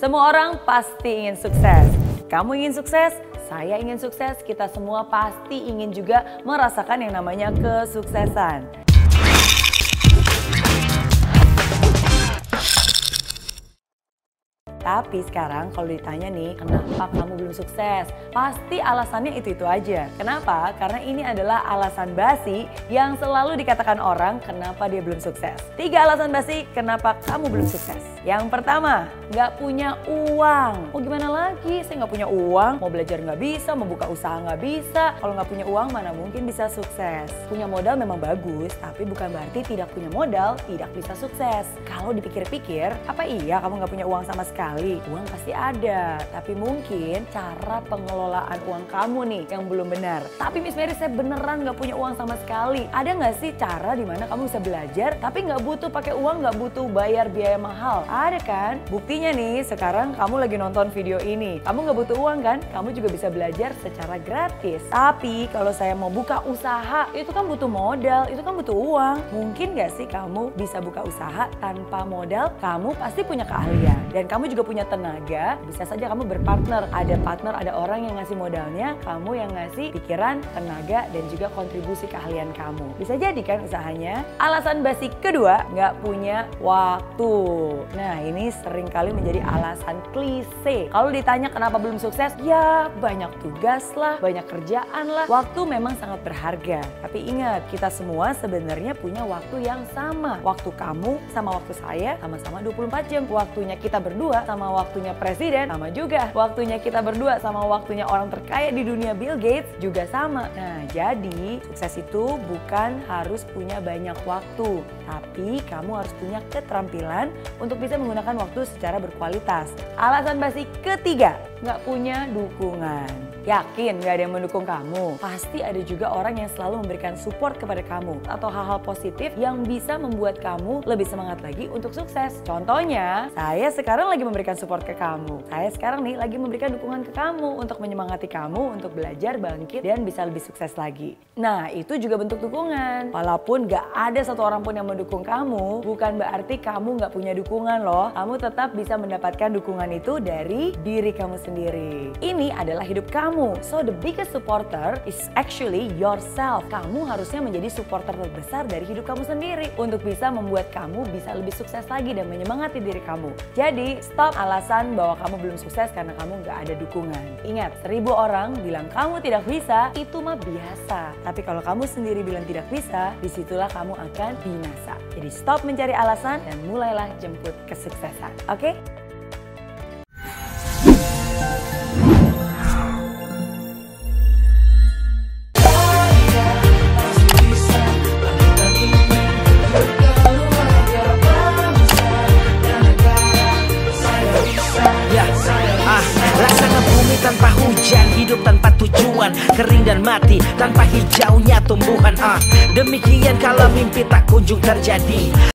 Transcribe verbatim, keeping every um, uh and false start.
Semua orang pasti ingin sukses. Kamu ingin sukses, saya ingin sukses, kita semua pasti ingin juga merasakan yang namanya kesuksesan. Tapi sekarang kalau ditanya nih, kenapa kamu belum sukses? Pasti alasannya itu-itu aja. Kenapa? Karena ini adalah alasan basi yang selalu dikatakan orang kenapa dia belum sukses. Tiga alasan basi kenapa kamu belum sukses. Yang pertama, nggak punya uang. Mau gimana lagi? Saya nggak punya uang, mau belajar nggak bisa, mau buka usaha nggak bisa. Kalau nggak punya uang mana mungkin bisa sukses. Punya modal memang bagus, tapi bukan berarti tidak punya modal tidak bisa sukses. Kalau dipikir-pikir, apa iya kamu nggak punya uang sama sekali? Uang pasti ada, tapi mungkin cara pengelolaan uang kamu nih yang belum benar. Tapi Miss Mary, saya beneran nggak punya uang sama sekali. Ada nggak sih cara dimana kamu bisa belajar tapi nggak butuh pakai uang, nggak butuh bayar biaya mahal? Ada kan? Buktinya nih, sekarang kamu lagi nonton video ini. Kamu nggak butuh uang kan? Kamu juga bisa belajar secara gratis. Tapi kalau saya mau buka usaha, itu kan butuh modal, itu kan butuh uang. Mungkin nggak sih kamu bisa buka usaha tanpa modal? Kamu pasti punya keahlian dan kamu juga punya tenaga, bisa saja kamu berpartner. Ada partner, ada orang yang ngasih modalnya, kamu yang ngasih pikiran, tenaga, dan juga kontribusi keahlian kamu. Bisa jadi kan usahanya. Alasan basi kedua, nggak punya waktu. Nah ini sering kali menjadi alasan klise. Kalau ditanya kenapa belum sukses, ya banyak tugas lah, banyak kerjaan lah. Waktu memang sangat berharga. Tapi ingat, kita semua sebenarnya punya waktu yang sama. Waktu kamu sama waktu saya sama-sama dua puluh empat jam. Waktunya kita berdua sama waktunya presiden sama juga. Waktunya kita berdua sama waktunya orang terkaya di dunia Bill Gates juga sama. Nah jadi sukses itu bukan harus punya banyak waktu, tapi kamu harus punya keterampilan untuk bisa menggunakan waktu secara berkualitas. Alasan basi ketiga, nggak punya dukungan. Yakin gak ada yang mendukung kamu? Pasti ada juga orang yang selalu memberikan support kepada kamu atau hal-hal positif yang bisa membuat kamu lebih semangat lagi untuk sukses. Contohnya, saya sekarang lagi memberikan support ke kamu. Saya sekarang nih lagi memberikan dukungan ke kamu untuk menyemangati kamu untuk belajar, bangkit, dan bisa lebih sukses lagi. Nah, itu juga bentuk dukungan. Walaupun gak ada satu orang pun yang mendukung kamu, bukan berarti kamu gak punya dukungan loh. Kamu tetap bisa mendapatkan dukungan itu dari diri kamu sendiri. Ini adalah hidup kamu. So the biggest supporter is actually yourself. Kamu harusnya menjadi supporter terbesar dari hidup kamu sendiri untuk bisa membuat kamu bisa lebih sukses lagi dan menyemangati diri kamu. Jadi stop alasan bahwa kamu belum sukses karena kamu gak ada dukungan. Ingat, seribu orang bilang kamu tidak bisa, itu mah biasa. Tapi kalau kamu sendiri bilang tidak bisa, disitulah kamu akan binasa. Jadi stop mencari alasan dan mulailah jemput kesuksesan. Oke? Okay? Tanpa hujan, hidup tanpa tujuan, kering dan mati tanpa hijaunya tumbuhan. Ah, demikian kalau mimpi tak kunjung terjadi.